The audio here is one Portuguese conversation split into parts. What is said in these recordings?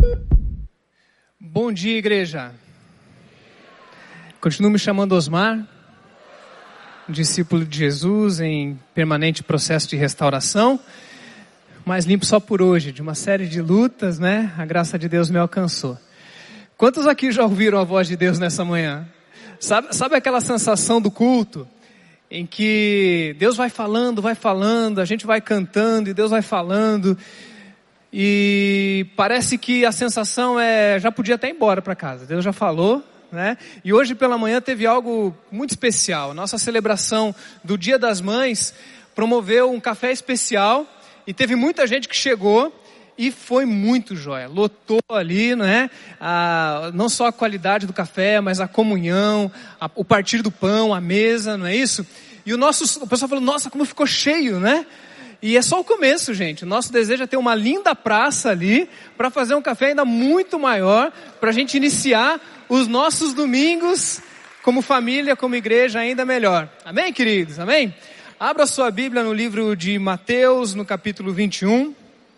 Bom dia, igreja. Continuo me chamando Osmar, discípulo de Jesus em permanente processo de restauração, mas limpo só por hoje, de uma série de lutas, né? A graça de Deus me alcançou. Quantos aqui já ouviram a voz de Deus nessa manhã? Sabe aquela sensação do culto, em que Deus vai falando, a gente vai cantando e Deus vai falando, e parece que a sensação já podia até ir embora para casa, Deus já falou, né? E hoje pela manhã teve algo muito especial. Nossa celebração do Dia das Mães promoveu um café especial, e teve muita gente que chegou, e foi muito joia, lotou ali, né? Não só a qualidade do café, mas a comunhão, o partir do pão, a mesa, não é isso? E o pessoal falou, nossa, como ficou cheio, né? E é só o começo, gente. O nosso desejo é ter uma linda praça ali, para fazer um café ainda muito maior, para a gente iniciar os nossos domingos, como família, como igreja, ainda melhor. Amém, queridos? Amém? Abra sua Bíblia no livro de Mateus, no capítulo 21.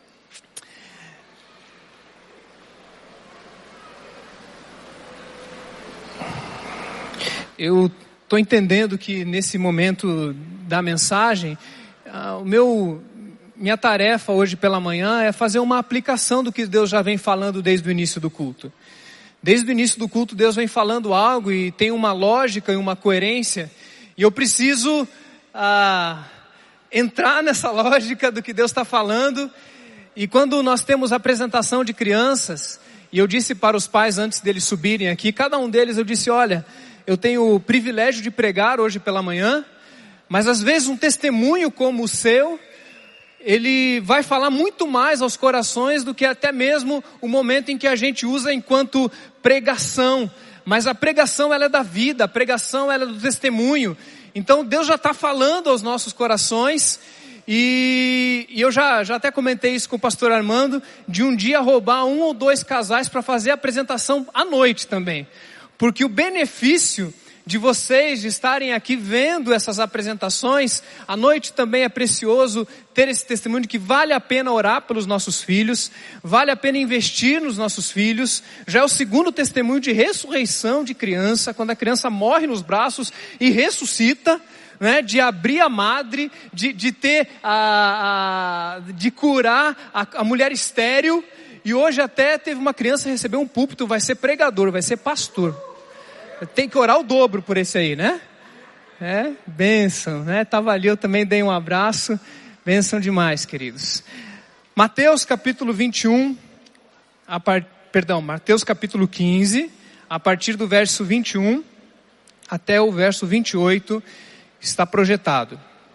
Eu estou entendendo que nesse momento da mensagem, minha tarefa hoje pela manhã é fazer uma aplicação do que Deus já vem falando desde o início do culto. Desde o início do culto Deus vem falando algo e tem uma lógica e uma coerência, e eu preciso entrar nessa lógica do que Deus está falando. E quando nós temos apresentação de crianças, e eu disse para os pais antes deles subirem aqui, cada um deles eu disse, olha, eu tenho o privilégio de pregar hoje pela manhã, mas às vezes um testemunho como o seu, ele vai falar muito mais aos corações do que até mesmo o momento em que a gente usa enquanto pregação. Mas a pregação, ela é da vida, a pregação, ela é do testemunho. Então Deus já está falando aos nossos corações, e eu já até comentei isso com o pastor Armando, de um dia roubar 1 ou 2 casais para fazer a apresentação à noite também. Porque o benefício de vocês de estarem aqui vendo essas apresentações, à noite também é precioso ter esse testemunho de que vale a pena orar pelos nossos filhos, vale a pena investir nos nossos filhos. Já é o segundo testemunho de ressurreição de criança, quando a criança morre nos braços e ressuscita, né? De abrir a madre, de ter de curar a mulher estéril. E hoje até teve uma criança que recebeu um púlpito, vai ser pregador, vai ser pastor. Tem que orar o dobro por esse aí, né? Bênção, né? Tava ali, eu também dei um abraço. Bênção demais, queridos. Mateus capítulo 21, Mateus capítulo 15, a partir do verso 21 até o verso 28, está projetado.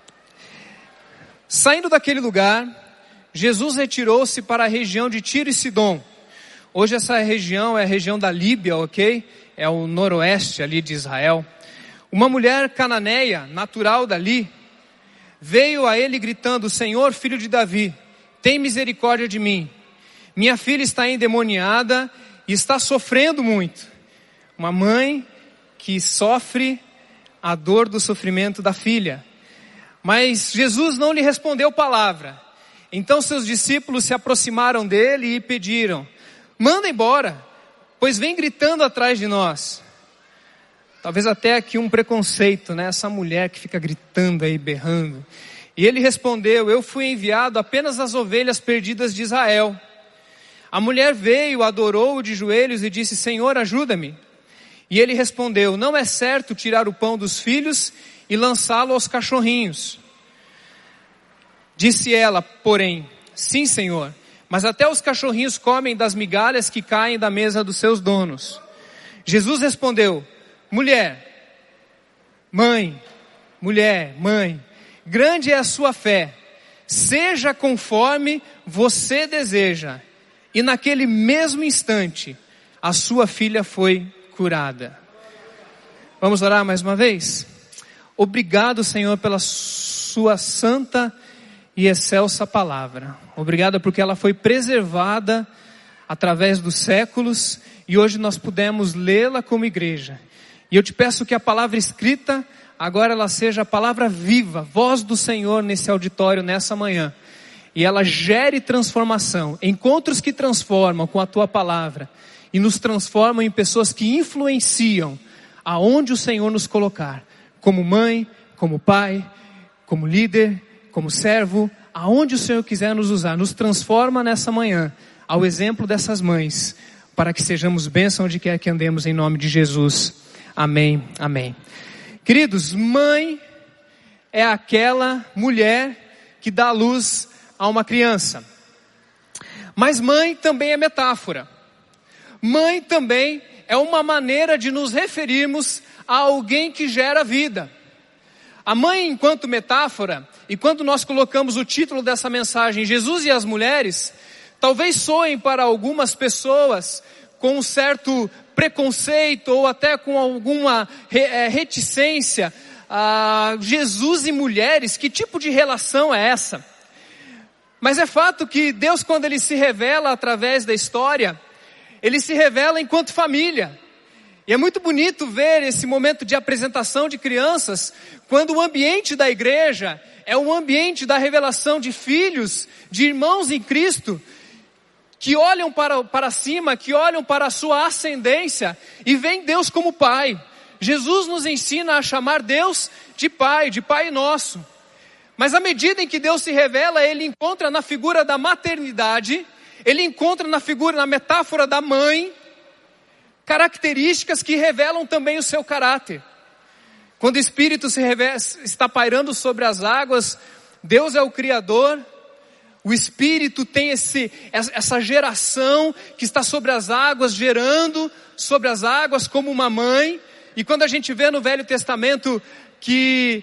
Saindo daquele lugar, Jesus retirou-se para a região de Tiro e Sidom. Hoje essa região é a região da Líbia, ok? É o noroeste ali de Israel. Uma mulher cananeia, natural dali, veio a ele gritando, Senhor, filho de Davi, tem misericórdia de mim. Minha filha está endemoniada e está sofrendo muito. Uma mãe que sofre a dor do sofrimento da filha. Mas Jesus não lhe respondeu palavra. Então seus discípulos se aproximaram dele e pediram, manda embora, pois vem gritando atrás de nós. Talvez até aqui um preconceito, né? Essa mulher que fica gritando aí, berrando. E ele respondeu, eu fui enviado apenas às ovelhas perdidas de Israel. A mulher veio, adorou-o de joelhos e disse, Senhor, ajuda-me. E ele respondeu, não é certo tirar o pão dos filhos e lançá-lo aos cachorrinhos. Disse ela, porém, sim, Senhor, mas até os cachorrinhos comem das migalhas que caem da mesa dos seus donos. Jesus respondeu, mãe, grande é a sua fé, seja conforme você deseja. E naquele mesmo instante, a sua filha foi curada. Vamos orar mais uma vez? Obrigado, Senhor, pela sua santa e excelsa palavra. Obrigado porque ela foi preservada através dos séculos e hoje nós pudemos lê-la como igreja. E eu te peço que a palavra escrita agora ela seja a palavra viva, voz do Senhor nesse auditório nessa manhã. e ela gere transformação, encontros que transformam com a tua palavra e nos transformam em pessoas que influenciam aonde o Senhor nos colocar, como mãe, como pai, como líder, como servo, aonde o Senhor quiser nos usar, nos transforma nessa manhã, ao exemplo dessas mães, para que sejamos bênção onde quer que andemos, em nome de Jesus. Amém, amém. Queridos, mãe é aquela mulher que dá luz a uma criança. Mas mãe também é metáfora. Mãe também é uma maneira de nos referirmos a alguém que gera vida. A mãe enquanto metáfora, e quando nós colocamos o título dessa mensagem, Jesus e as mulheres, talvez soem para algumas pessoas com um certo preconceito ou até com alguma reticência. Jesus e mulheres, que tipo de relação é essa? Mas é fato que Deus, quando Ele se revela através da história, Ele se revela enquanto família. E é muito bonito ver esse momento de apresentação de crianças, quando o ambiente da igreja é um ambiente da revelação de filhos, de irmãos em Cristo, que olham para cima, que olham para a sua ascendência e veem Deus como Pai. Jesus nos ensina a chamar Deus de Pai nosso. Mas à medida em que Deus se revela, Ele encontra na figura da maternidade, Ele encontra na metáfora da mãe, características que revelam também o seu caráter. Quando o Espírito está pairando sobre as águas, Deus é o Criador. O Espírito tem essa geração que está sobre as águas, gerando sobre as águas como uma mãe. E quando a gente vê no Velho Testamento que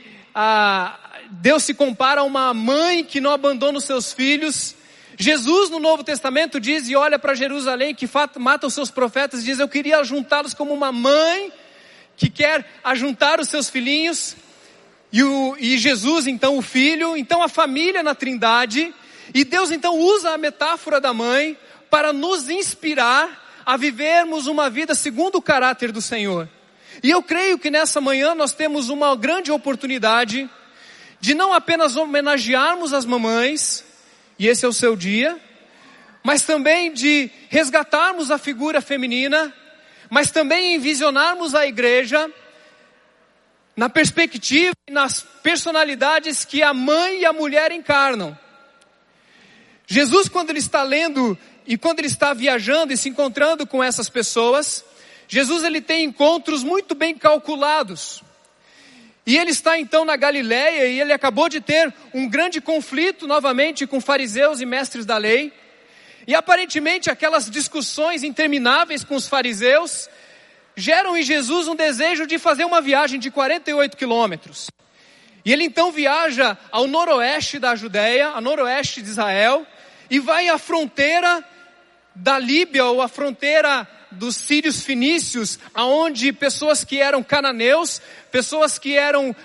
Deus se compara a uma mãe que não abandona os seus filhos, Jesus no Novo Testamento diz e olha para Jerusalém que mata os seus profetas e diz: eu queria ajuntá-los como uma mãe que quer ajuntar os seus filhinhos. E Jesus então o Filho, então a família na Trindade. E Deus então usa a metáfora da mãe para nos inspirar a vivermos uma vida segundo o caráter do Senhor. E eu creio que nessa manhã nós temos uma grande oportunidade de não apenas homenagearmos as mamães, e esse é o seu dia, mas também de resgatarmos a figura feminina, mas também envisionarmos a igreja na perspectiva e nas personalidades que a mãe e a mulher encarnam. Jesus, quando Ele está lendo e quando Ele está viajando e se encontrando com essas pessoas, Jesus Ele tem encontros muito bem calculados. E Ele está então na Galileia e Ele acabou de ter um grande conflito novamente com fariseus e mestres da lei. E aparentemente aquelas discussões intermináveis com os fariseus geram em Jesus um desejo de fazer uma viagem de 48 quilômetros. E Ele então viaja ao noroeste da Judeia, a noroeste de Israel, e vai à fronteira da Líbia ou à fronteira dos sírios fenícios, aonde pessoas que eram cananeus, pessoas que eram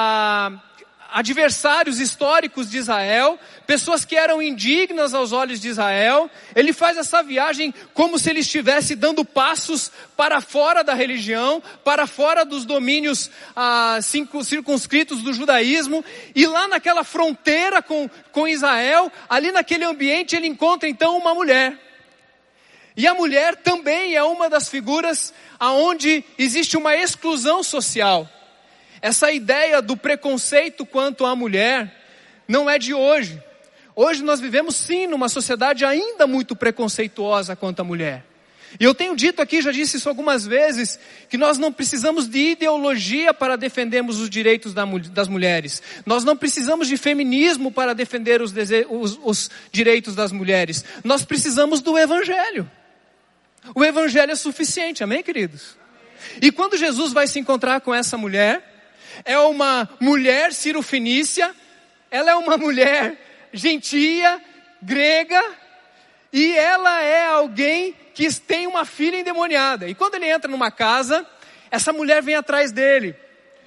adversários históricos de Israel, pessoas que eram indignas aos olhos de Israel. Ele faz essa viagem como se ele estivesse dando passos para fora da religião, para fora dos domínios circunscritos do judaísmo, e lá naquela fronteira com Israel, ali naquele ambiente, ele encontra então uma mulher. E a mulher também é uma das figuras aonde existe uma exclusão social. Essa ideia do preconceito quanto à mulher não é de hoje. Hoje nós vivemos sim numa sociedade ainda muito preconceituosa quanto à mulher. E eu tenho dito aqui, já disse isso algumas vezes, que nós não precisamos de ideologia para defendermos os direitos das mulheres. Nós não precisamos de feminismo para defender os direitos das mulheres. Nós precisamos do Evangelho. O Evangelho é suficiente, amém, queridos? E quando Jesus vai se encontrar com essa mulher, é uma mulher cirofenícia, ela é uma mulher gentia, grega, e ela é alguém que tem uma filha endemoniada. E quando ele entra numa casa, essa mulher vem atrás dele.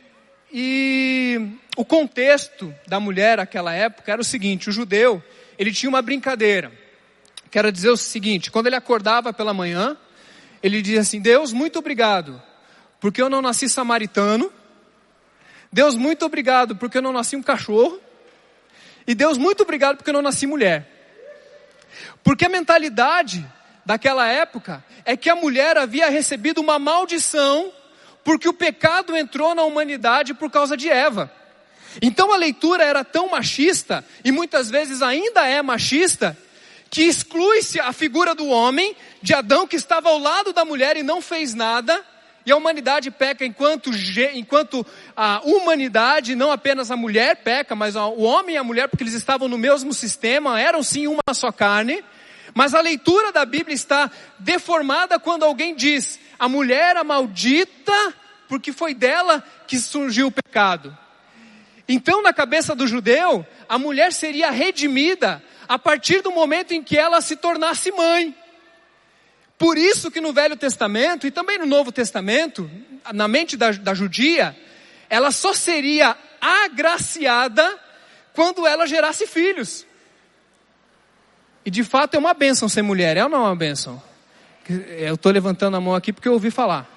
E o contexto da mulher naquela época era o seguinte: o judeu, ele tinha uma brincadeira. Quero dizer o seguinte: quando ele acordava pela manhã, ele dizia assim: Deus, muito obrigado, porque eu não nasci samaritano. Deus, muito obrigado, porque eu não nasci um cachorro. E Deus, muito obrigado porque eu não nasci mulher. Porque a mentalidade daquela época é que a mulher havia recebido uma maldição porque o pecado entrou na humanidade por causa de Eva. Então a leitura era tão machista, e muitas vezes ainda é machista, que exclui-se a figura do homem, de Adão, que estava ao lado da mulher e não fez nada, e a humanidade peca enquanto a humanidade, não apenas a mulher peca, mas o homem e a mulher, porque eles estavam no mesmo sistema, eram sim uma só carne. Mas a leitura da Bíblia está deformada quando alguém diz, a mulher é maldita, porque foi dela que surgiu o pecado. Então, na cabeça do judeu, a mulher seria redimida a partir do momento em que ela se tornasse mãe. Por isso que no Velho Testamento e também no Novo Testamento, na mente da judia, ela só seria agraciada quando ela gerasse filhos. E de fato é uma bênção ser mulher, é ou não é uma bênção? Eu estou levantando a mão aqui porque eu ouvi falar.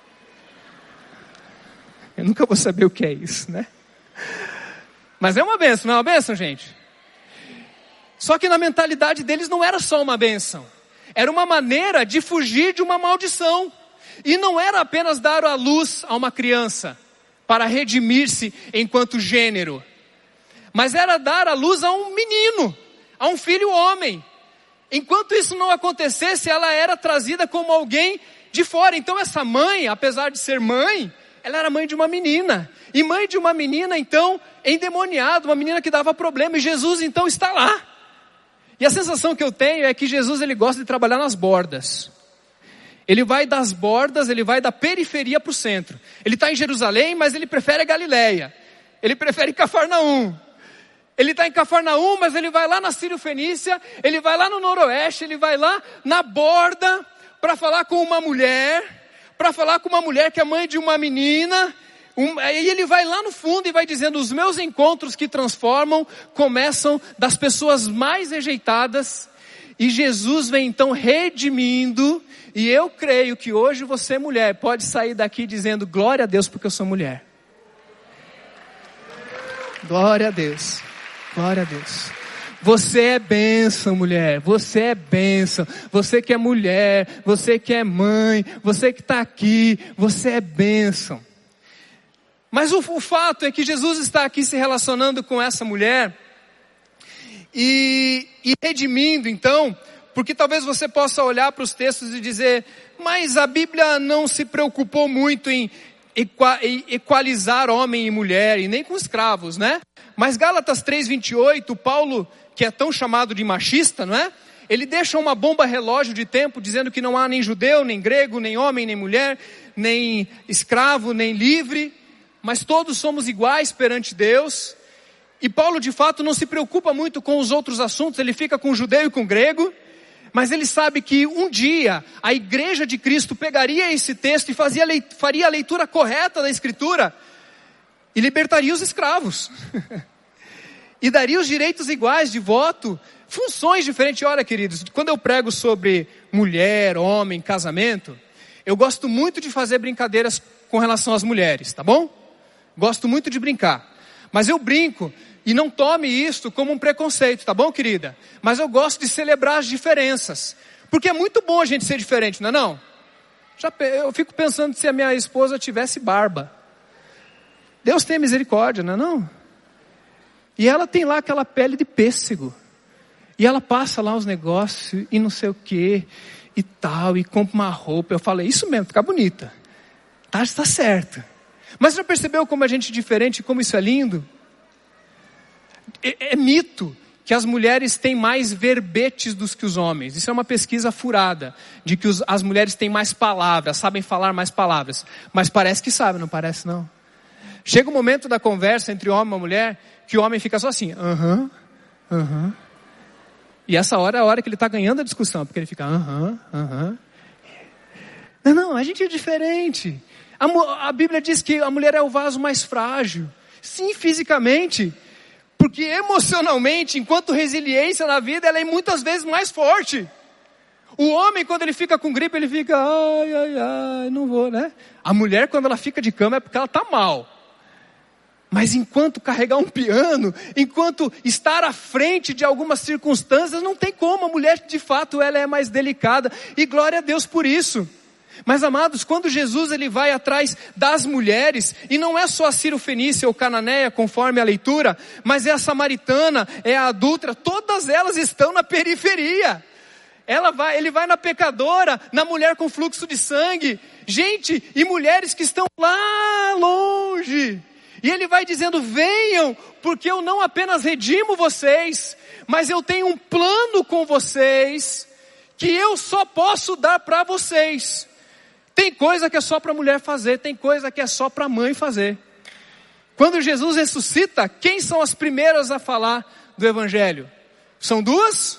Eu nunca vou saber o que é isso, né? Mas é uma bênção, não é uma bênção, gente? Só que na mentalidade deles não era só uma bênção. Era uma maneira de fugir de uma maldição. E não era apenas dar à luz a uma criança para redimir-se enquanto gênero. Mas era dar à luz a um menino, a um filho homem. Enquanto isso não acontecesse, ela era trazida como alguém de fora. Então essa mãe, apesar de ser mãe, ela era mãe de uma menina. E mãe de uma menina, então, endemoniada, uma menina que dava problema. E Jesus, então, está lá. E a sensação que eu tenho é que Jesus, ele gosta de trabalhar nas bordas. Ele vai das bordas, ele vai da periferia para o centro. Ele está em Jerusalém, mas ele prefere a Galileia. Ele prefere Cafarnaum. Ele está em Cafarnaum, mas ele vai lá na Sírio-Fenícia, ele vai lá no noroeste, ele vai lá na borda para falar com uma mulher que é mãe de uma menina. E ele vai lá no fundo e vai dizendo, os meus encontros que transformam começam das pessoas mais rejeitadas. E Jesus vem então redimindo. E eu creio que hoje você, mulher, pode sair daqui dizendo, glória a Deus porque eu sou mulher. Glória a Deus. Glória a Deus. Você é bênção, mulher. Você é bênção. Você que é mulher, você que é mãe, você que está aqui, você é bênção. Mas o fato é que Jesus está aqui se relacionando com essa mulher e redimindo então, porque talvez você possa olhar para os textos e dizer, mas a Bíblia não se preocupou muito em equalizar homem e mulher, e nem com escravos, né? Mas Gálatas 3:28, Paulo, que é tão chamado de machista, não é? Ele deixa uma bomba relógio de tempo, dizendo que não há nem judeu, nem grego, nem homem, nem mulher, nem escravo, nem livre, mas todos somos iguais perante Deus. E Paulo de fato não se preocupa muito com os outros assuntos, ele fica com o judeu e com o grego, mas ele sabe que um dia a igreja de Cristo pegaria esse texto e faria a leitura correta da Escritura e libertaria os escravos. E daria os direitos iguais de voto, funções diferentes. Olha, queridos, quando eu prego sobre mulher, homem, casamento, eu gosto muito de fazer brincadeiras com relação às mulheres, tá bom? Gosto muito de brincar. Mas eu brinco, e não tome isto como um preconceito, tá bom, querida? Mas eu gosto de celebrar as diferenças. Porque é muito bom a gente ser diferente, não é não? Eu fico pensando se a minha esposa tivesse barba. Deus tem misericórdia, não é não? E ela tem lá aquela pele de pêssego. E ela passa lá os negócios e não sei o que e tal, e compra uma roupa. Eu falei, isso mesmo, fica bonita. Tá, está certo. Mas já percebeu como a gente é diferente, como isso é lindo? É mito que as mulheres têm mais verbetes do que os homens. Isso é uma pesquisa furada, de que as mulheres têm mais palavras, sabem falar mais palavras. Mas parece que sabe, não parece não? Chega um momento da conversa entre homem e mulher, que o homem fica só assim, aham. E essa hora é a hora que ele está ganhando a discussão, porque ele fica, aham. Não, a gente é diferente. A Bíblia diz que a mulher é o vaso mais frágil. Sim, fisicamente. Porque emocionalmente, enquanto resiliência na vida, ela é muitas vezes mais forte. O homem, quando ele fica com gripe, ele fica, ai, não vou, né? A mulher, quando ela fica de cama, é porque ela está mal. Mas enquanto carregar um piano, enquanto estar à frente de algumas circunstâncias, não tem como. A mulher, de fato, ela é mais delicada. E glória a Deus por isso. Mas, amados, quando Jesus ele vai atrás das mulheres, e não é só a Ciro-fenícia ou cananeia, conforme a leitura, mas é a samaritana, é a adúltera, todas elas estão na periferia. Ele vai na pecadora, na mulher com fluxo de sangue, gente, e mulheres que estão lá longe. E ele vai dizendo, venham, porque eu não apenas redimo vocês, mas eu tenho um plano com vocês, que eu só posso dar para vocês. Tem coisa que é só para a mulher fazer, tem coisa que é só para a mãe fazer. Quando Jesus ressuscita, quem são as primeiras a falar do Evangelho? São duas?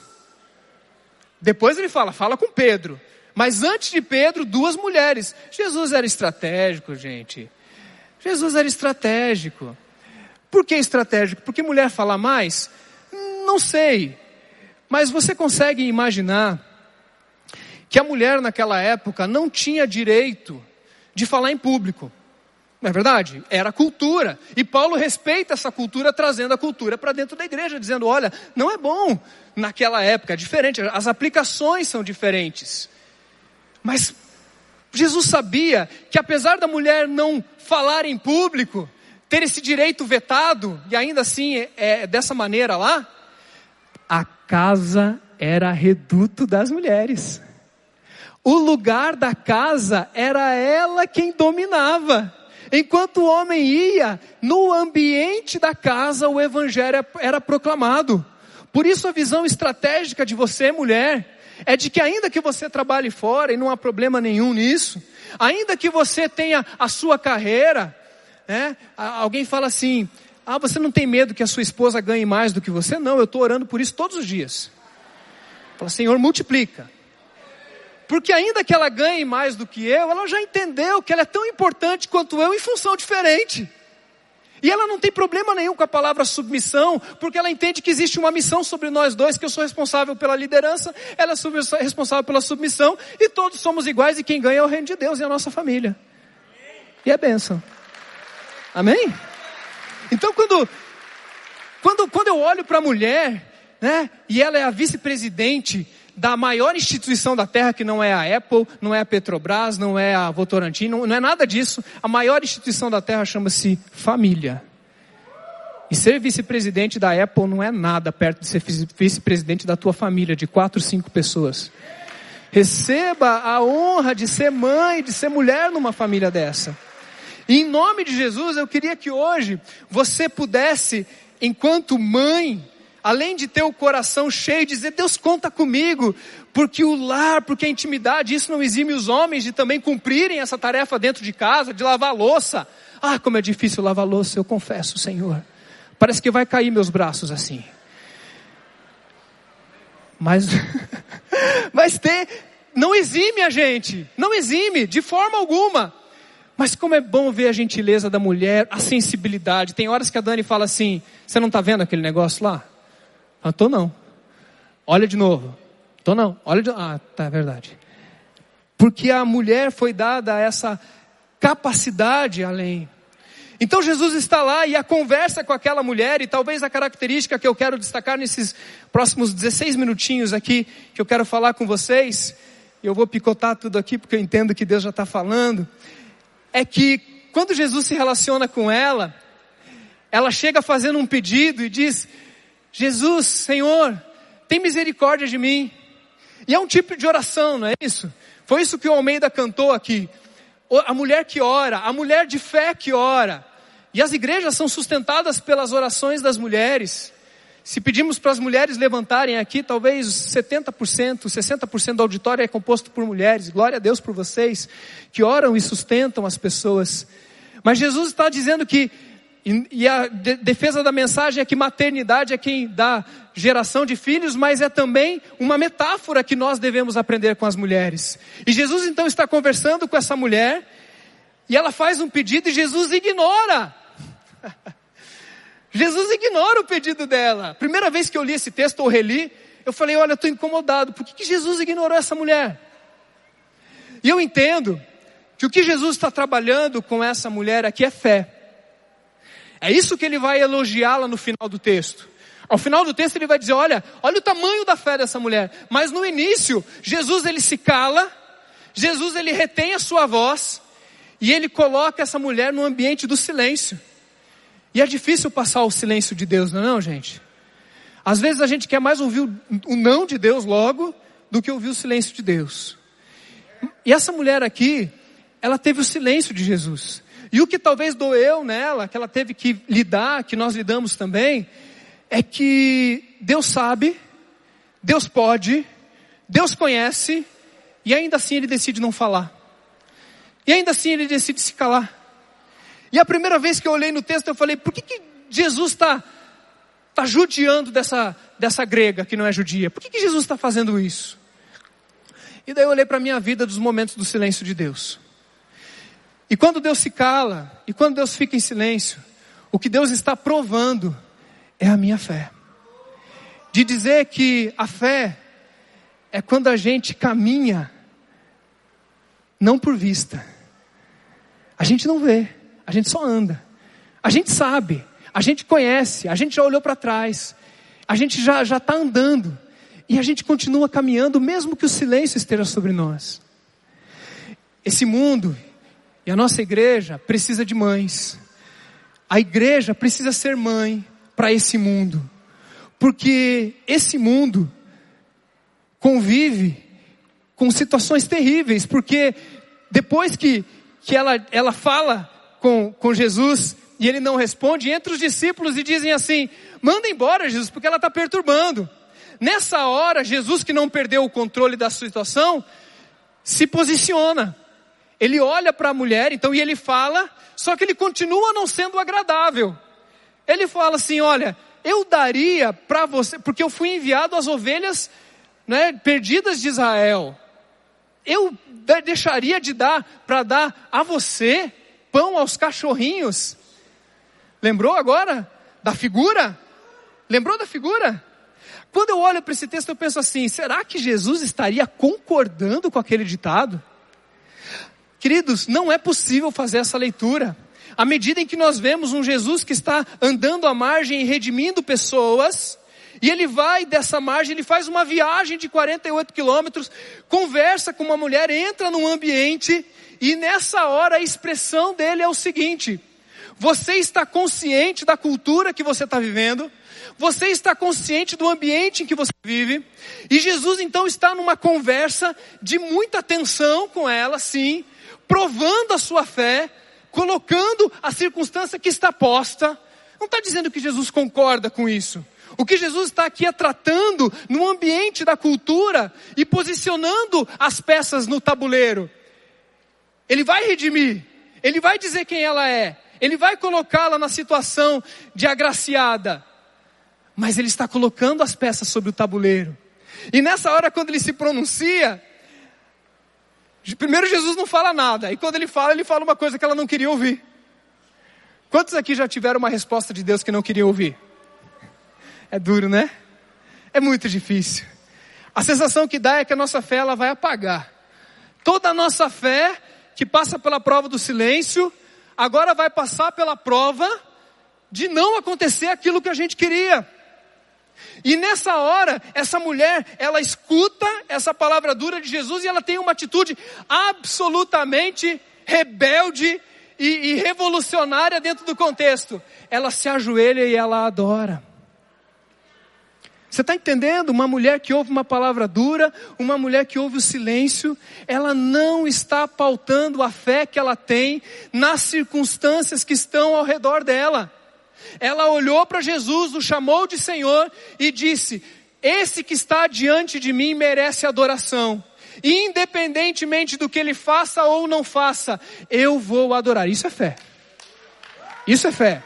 Depois ele fala com Pedro. Mas antes de Pedro, duas mulheres. Jesus era estratégico, gente. Jesus era estratégico. Por que estratégico? Porque mulher fala mais? Não sei. Mas você consegue imaginar que a mulher naquela época não tinha direito de falar em público. Não é verdade? Era cultura. E Paulo respeita essa cultura, trazendo a cultura para dentro da igreja, dizendo, olha, não é bom naquela época, é diferente, as aplicações são diferentes. Mas Jesus sabia que apesar da mulher não falar em público, ter esse direito vetado, e ainda assim é dessa maneira lá, a casa era reduto das mulheres. O lugar da casa era ela quem dominava. Enquanto o homem ia, no ambiente da casa o evangelho era proclamado. Por isso a visão estratégica de você, mulher, é de que ainda que você trabalhe fora, e não há problema nenhum nisso, ainda que você tenha a sua carreira, né? Alguém fala assim, você não tem medo que a sua esposa ganhe mais do que você? Não, eu estou orando por isso todos os dias. Fala, Senhor, multiplica. Porque ainda que ela ganhe mais do que eu, ela já entendeu que ela é tão importante quanto eu em função diferente. E ela não tem problema nenhum com a palavra submissão, porque ela entende que existe uma missão sobre nós dois, que eu sou responsável pela liderança, ela é responsável pela submissão, e todos somos iguais, e quem ganha é o reino de Deus e a nossa família. E é bênção. Amém? Então quando eu olho para a mulher, né, e ela é a vice-presidente da maior instituição da terra, que não é a Apple, não é a Petrobras, não é a Votorantim, não é nada disso. A maior instituição da terra chama-se família. E ser vice-presidente da Apple não é nada perto de ser vice-presidente da tua família, de 4, 5 pessoas. Receba a honra de ser mãe, de ser mulher numa família dessa. E em nome de Jesus, eu queria que hoje você pudesse, enquanto mãe, além de ter o coração cheio, dizer, Deus conta comigo, porque o lar, porque a intimidade, isso não exime os homens de também cumprirem essa tarefa dentro de casa, de lavar louça. Como é difícil lavar louça, eu confesso, Senhor. Parece que vai cair meus braços assim. Mas não exime a gente, não exime, de forma alguma. Mas como é bom ver a gentileza da mulher, a sensibilidade. Tem horas que a Dani fala assim, você não está vendo aquele negócio lá? Tô não. Olha de novo. Tô não. Tá, é verdade. Porque a mulher foi dada essa capacidade além. Então Jesus está lá e a conversa com aquela mulher, e talvez a característica que eu quero destacar nesses próximos 16 minutinhos aqui, que eu quero falar com vocês, e eu vou picotar tudo aqui porque eu entendo que Deus já está falando, é que quando Jesus se relaciona com ela chega fazendo um pedido e diz, Jesus, Senhor, tem misericórdia de mim. E é um tipo de oração, não é isso? Foi isso que o Almeida cantou aqui. A mulher que ora, a mulher de fé que ora. E as igrejas são sustentadas pelas orações das mulheres. Se pedimos para as mulheres levantarem aqui, talvez 70%, 60% do auditório é composto por mulheres. Glória a Deus por vocês que oram e sustentam as pessoas. Mas Jesus está dizendo que, e a defesa da mensagem é que maternidade é quem dá geração de filhos, mas é também uma metáfora que nós devemos aprender com as mulheres. E Jesus então está conversando com essa mulher, e ela faz um pedido e Jesus ignora. Jesus ignora o pedido dela. Primeira vez que eu li esse texto ou reli, eu falei, olha, eu estou incomodado. Por que Jesus ignorou essa mulher? E eu entendo que o que Jesus está trabalhando com essa mulher aqui é fé. É isso que ele vai elogiá-la no final do texto. Ao final do texto ele vai dizer, olha o tamanho da fé dessa mulher. Mas no início, Jesus ele se cala, Jesus ele retém a sua voz, e ele coloca essa mulher no ambiente do silêncio. E é difícil passar o silêncio de Deus, não é não, gente? Às vezes a gente quer mais ouvir o não de Deus logo, do que ouvir o silêncio de Deus. E essa mulher aqui, ela teve o silêncio de Jesus. E o que talvez doeu nela, que ela teve que lidar, que nós lidamos também, é que Deus sabe, Deus pode, Deus conhece, e ainda assim Ele decide não falar. E ainda assim Ele decide se calar. E a primeira vez que eu olhei no texto, eu falei, por que Jesus está judiando dessa grega que não é judia? Por que Jesus está fazendo isso? E daí eu olhei para a minha vida dos momentos do silêncio de Deus. E quando Deus se cala, e quando Deus fica em silêncio, o que Deus está provando é a minha fé. De dizer que a fé é quando a gente caminha, não por vista. A gente não vê, a gente só anda. A gente sabe, a gente conhece, a gente já olhou para trás. A gente já está andando. E a gente continua caminhando, mesmo que o silêncio esteja sobre nós. Esse mundo e a nossa igreja precisa de mães. A igreja precisa ser mãe para esse mundo. Porque esse mundo convive com situações terríveis. Porque depois que ela fala com Jesus e ele não responde, entra os discípulos e dizem assim, manda embora Jesus, porque ela está perturbando. Nessa hora, Jesus, que não perdeu o controle da situação, se posiciona. Ele olha para a mulher, então, e ele fala, só que ele continua não sendo agradável. Ele fala assim, olha, eu daria para você, porque eu fui enviado às ovelhas, né, perdidas de Israel. Eu deixaria de dar para dar a você pão aos cachorrinhos. Lembrou agora da figura? Lembrou da figura? Quando eu olho para esse texto eu penso assim, será que Jesus estaria concordando com aquele ditado? Queridos, não é possível fazer essa leitura. À medida em que nós vemos um Jesus que está andando à margem e redimindo pessoas, e ele vai dessa margem, ele faz uma viagem de 48 quilômetros, conversa com uma mulher, entra num ambiente, e nessa hora a expressão dele é o seguinte, você está consciente da cultura que você está vivendo, você está consciente do ambiente em que você vive, e Jesus então está numa conversa de muita tensão com ela, sim, provando a sua fé, colocando a circunstância que está posta. Não está dizendo que Jesus concorda com isso. O que Jesus está aqui é tratando no ambiente da cultura e posicionando as peças no tabuleiro. Ele vai redimir, ele vai dizer quem ela é, ele vai colocá-la na situação de agraciada. Mas ele está colocando as peças sobre o tabuleiro. E nessa hora, quando ele se pronuncia, primeiro Jesus não fala nada. E quando ele fala uma coisa que ela não queria ouvir. Quantos aqui já tiveram uma resposta de Deus que não queriam ouvir? É duro, né? É muito difícil. A sensação que dá é que a nossa fé ela vai apagar. Toda a nossa fé, que passa pela prova do silêncio, agora vai passar pela prova de não acontecer aquilo que a gente queria. E nessa hora, essa mulher, ela escuta essa palavra dura de Jesus e ela tem uma atitude absolutamente rebelde e revolucionária dentro do contexto. Ela se ajoelha e ela adora. Você está entendendo? Uma mulher que ouve uma palavra dura, uma mulher que ouve o silêncio, ela não está pautando a fé que ela tem nas circunstâncias que estão ao redor dela. Ela olhou para Jesus, o chamou de Senhor e disse, esse que está diante de mim merece adoração. E independentemente do que ele faça ou não faça, eu vou adorar. Isso é fé. Isso é fé.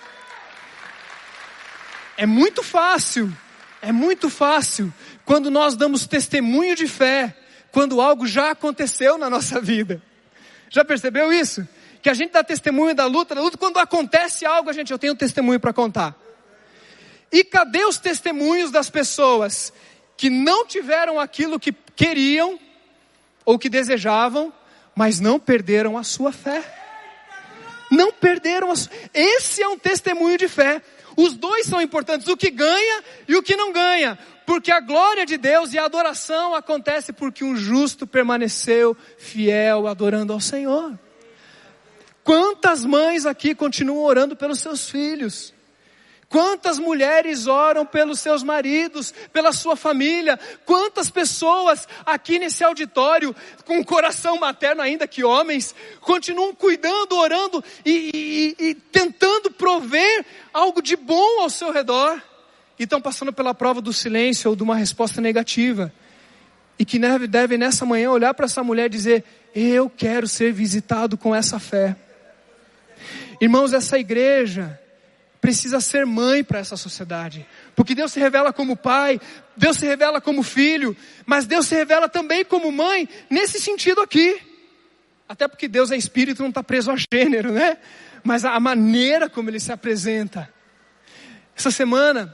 É muito fácil quando nós damos testemunho de fé, quando algo já aconteceu na nossa vida. Já percebeu isso? Que a gente dá testemunho da luta, quando acontece algo, eu tenho testemunho para contar. E cadê os testemunhos das pessoas que não tiveram aquilo que queriam ou que desejavam, mas não perderam a sua fé? Não perderam. Esse é um testemunho de fé. Os dois são importantes, o que ganha e o que não ganha. Porque a glória de Deus e a adoração acontece porque um justo permaneceu fiel adorando ao Senhor. Quantas mães aqui continuam orando pelos seus filhos? Quantas mulheres oram pelos seus maridos, pela sua família? Quantas pessoas aqui nesse auditório, com o coração materno ainda que homens, continuam cuidando, orando e tentando prover algo de bom ao seu redor? E estão passando pela prova do silêncio ou de uma resposta negativa. E que devem nessa manhã olhar para essa mulher e dizer: eu quero ser visitado com essa fé. Irmãos, essa igreja precisa ser mãe para essa sociedade. Porque Deus se revela como pai, Deus se revela como filho, mas Deus se revela também como mãe, nesse sentido aqui. Até porque Deus é espírito, não está preso a gênero, né? Mas a maneira como Ele se apresenta. Essa semana,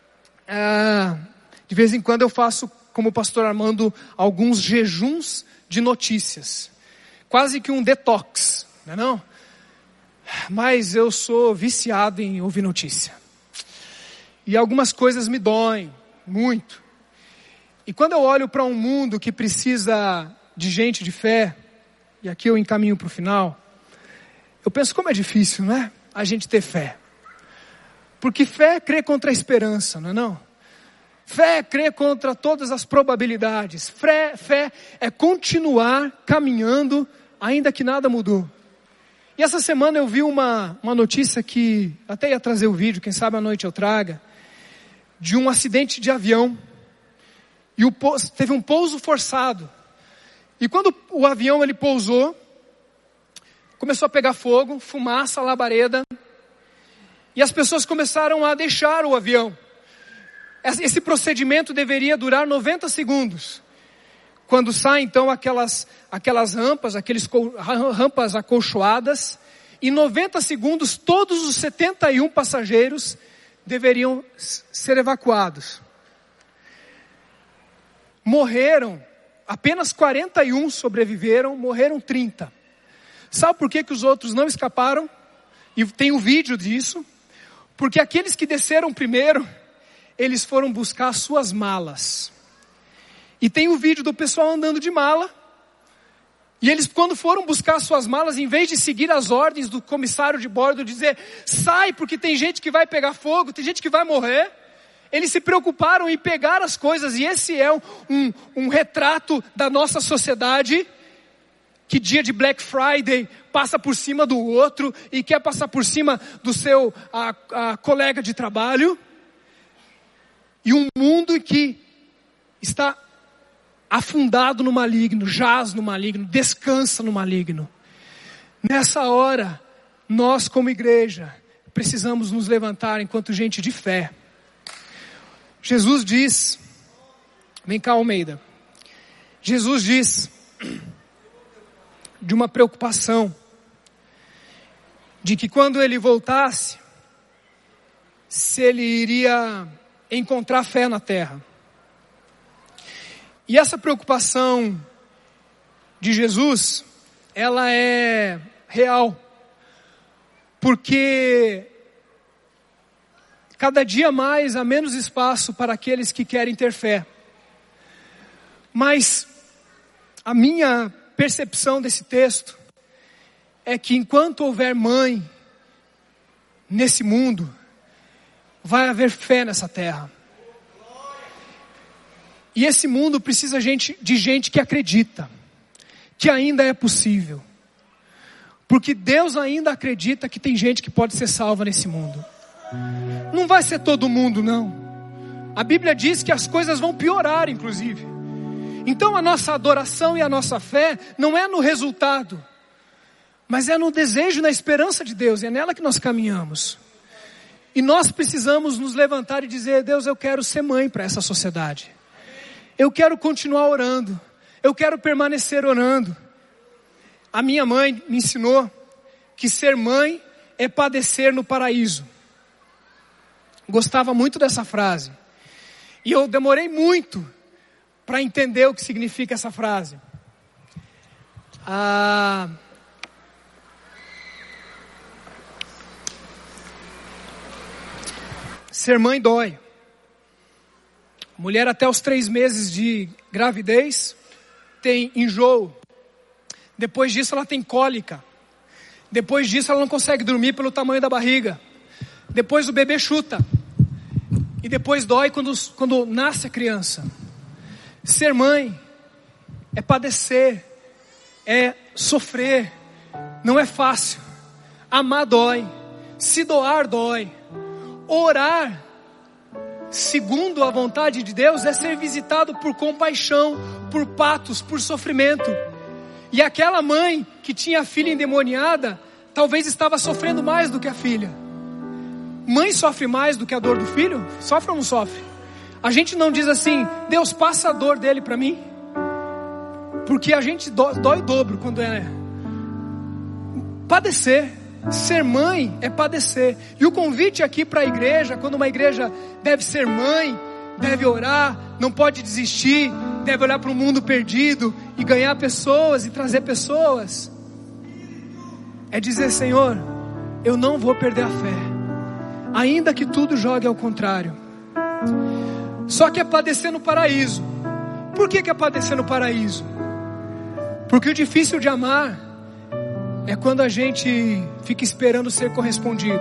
de vez em quando eu faço, como o pastor Armando, alguns jejuns de notícias. Quase que um detox, não é não? Mas eu sou viciado em ouvir notícia. E algumas coisas me doem muito. E quando eu olho para um mundo que precisa de gente de fé, e aqui eu encaminho para o final, eu penso como é difícil, não é? A gente ter fé. Porque fé é crer contra a esperança, não é não? Fé é crer contra todas as probabilidades. Fé é continuar caminhando ainda que nada mudou. E essa semana eu vi uma notícia que até ia trazer o vídeo, quem sabe à noite eu traga, de um acidente de avião. E teve um pouso forçado. E quando o avião ele pousou, começou a pegar fogo, fumaça, labareda. E as pessoas começaram a deixar o avião. Esse procedimento deveria durar 90 segundos. Quando saem então aquelas rampas, rampas acolchoadas, em 90 segundos todos os 71 passageiros deveriam ser evacuados. Morreram, apenas 41 sobreviveram, morreram 30. Sabe por que os outros não escaparam? E tem um vídeo disso. Porque aqueles que desceram primeiro, eles foram buscar suas malas. E tem o vídeo do pessoal andando de mala. E eles, quando foram buscar suas malas, em vez de seguir as ordens do comissário de bordo, dizer: sai porque tem gente que vai pegar fogo, tem gente que vai morrer. Eles se preocuparam em pegar as coisas. E esse é um retrato da nossa sociedade, que dia de Black Friday passa por cima do outro e quer passar por cima do seu colega de trabalho. E um mundo que está afundado no maligno, jaz no maligno, descansa no maligno. Nessa hora, nós como igreja, precisamos nos levantar enquanto gente de fé. Jesus diz, vem cá Almeida, Jesus diz de uma preocupação, de que quando ele voltasse, se ele iria encontrar fé na terra. E essa preocupação de Jesus, ela é real, porque cada dia mais há menos espaço para aqueles que querem ter fé. Mas a minha percepção desse texto é que enquanto houver mãe nesse mundo, vai haver fé nessa terra. E esse mundo precisa de gente que acredita, que ainda é possível. Porque Deus ainda acredita que tem gente que pode ser salva nesse mundo. Não vai ser todo mundo, não. A Bíblia diz que as coisas vão piorar, inclusive. Então a nossa adoração e a nossa fé não é no resultado, mas é no desejo e na esperança de Deus. E é nela que nós caminhamos. E nós precisamos nos levantar e dizer: Deus, eu quero ser mãe para essa sociedade. Eu quero continuar orando. Eu quero permanecer orando. A minha mãe me ensinou que ser mãe é padecer no paraíso. Gostava muito dessa frase. E eu demorei muito para entender o que significa essa frase. Ser mãe dói. Mulher até os 3 meses de gravidez tem enjoo. Depois disso ela tem cólica. Depois disso ela não consegue dormir pelo tamanho da barriga. Depois o bebê chuta. E depois dói quando nasce a criança. Ser mãe é padecer, é sofrer, não é fácil. Amar dói, se doar dói. Orar segundo a vontade de Deus é ser visitado por compaixão, por patos, por sofrimento. E aquela mãe que tinha a filha endemoniada, talvez estava sofrendo mais do que a filha. Mãe sofre mais do que a dor do filho? Sofre ou não sofre? A gente não diz assim, Deus passa a dor dele para mim. Porque a gente dói o dobro quando é padecer. Ser mãe é padecer. E o convite aqui para a igreja, quando uma igreja deve ser mãe, deve orar, não pode desistir, deve olhar para o mundo perdido e ganhar pessoas e trazer pessoas, é dizer, Senhor, eu não vou perder a fé, ainda que tudo jogue ao contrário. Só que é padecer no paraíso. Por que é padecer no paraíso? Porque o difícil de amar é quando a gente fica esperando ser correspondido.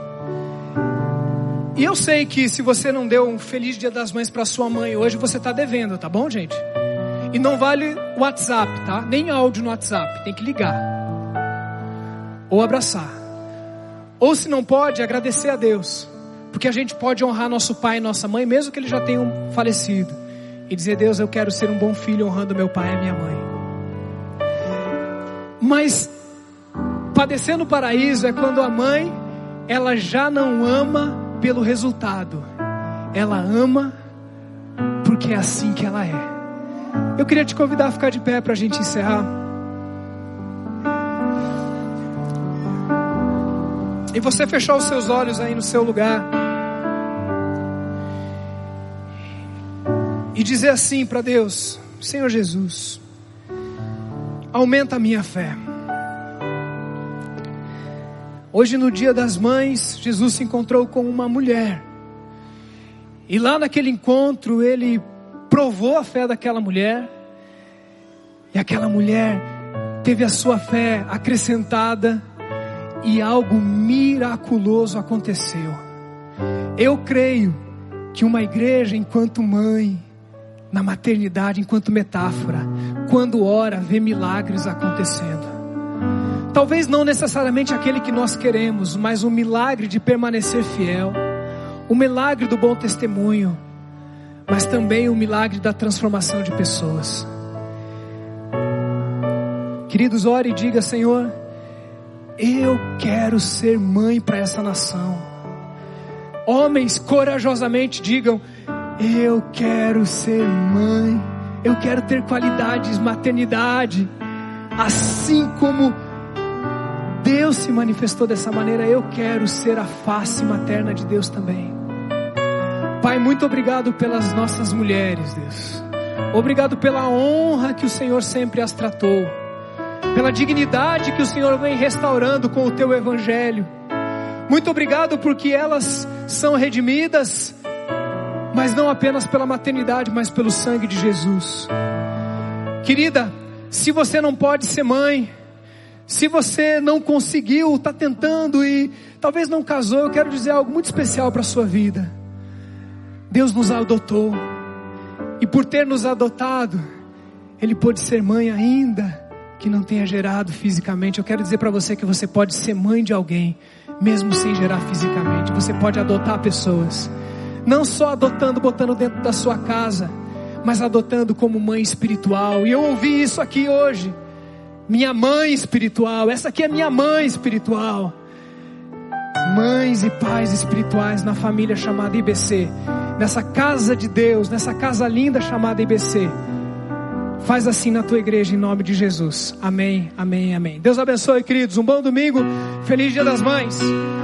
E eu sei que se você não deu um feliz Dia das Mães para sua mãe hoje, você está devendo, tá bom, gente? E não vale o WhatsApp, tá? Nem áudio no WhatsApp, tem que ligar. Ou abraçar. Ou se não pode, agradecer a Deus. Porque a gente pode honrar nosso pai e nossa mãe, mesmo que eles já tenham falecido. E dizer, Deus, eu quero ser um bom filho honrando meu pai e minha mãe. Mas padecer no paraíso é quando a mãe, ela já não ama pelo resultado. Ela ama porque é assim que ela é. Eu queria te convidar a ficar de pé para a gente encerrar. E você fechar os seus olhos aí no seu lugar. E dizer assim para Deus, Senhor Jesus, aumenta a minha fé. Hoje no Dia das Mães, Jesus se encontrou com uma mulher. E lá naquele encontro, Ele provou a fé daquela mulher. E aquela mulher teve a sua fé acrescentada. E algo miraculoso aconteceu. Eu creio que uma igreja enquanto mãe, na maternidade enquanto metáfora, quando ora, vê milagres acontecendo. Talvez não necessariamente aquele que nós queremos, mas um milagre de permanecer fiel, o milagre do bom testemunho, mas também o milagre da transformação de pessoas. Queridos, ore e diga, Senhor, eu quero ser mãe para essa nação. Homens, corajosamente digam, eu quero ser mãe, eu quero ter qualidades, maternidade, assim como Deus se manifestou dessa maneira, eu quero ser a face materna de Deus também. Pai, muito obrigado pelas nossas mulheres, Deus. Obrigado pela honra que o Senhor sempre as tratou, pela dignidade que o Senhor vem restaurando com o Teu Evangelho. Muito obrigado porque elas são redimidas, mas não apenas pela maternidade, mas pelo sangue de Jesus. Querida, se você não pode ser mãe, se você não conseguiu, está tentando e talvez não casou, eu quero dizer algo muito especial para a sua vida. Deus nos adotou, e por ter nos adotado, Ele pôde ser mãe ainda que não tenha gerado fisicamente. Eu quero dizer para você que você pode ser mãe de alguém, mesmo sem gerar fisicamente. Você pode adotar pessoas, não só adotando, botando dentro da sua casa, mas adotando como mãe espiritual. E eu ouvi isso aqui hoje, minha mãe espiritual, essa aqui é minha mãe espiritual. Mães e pais espirituais na família chamada IBC, nessa casa de Deus, nessa casa linda chamada IBC. Faz assim na tua igreja em nome de Jesus. Amém, amém, amém. Deus abençoe, queridos. Um bom domingo. Feliz Dia das Mães.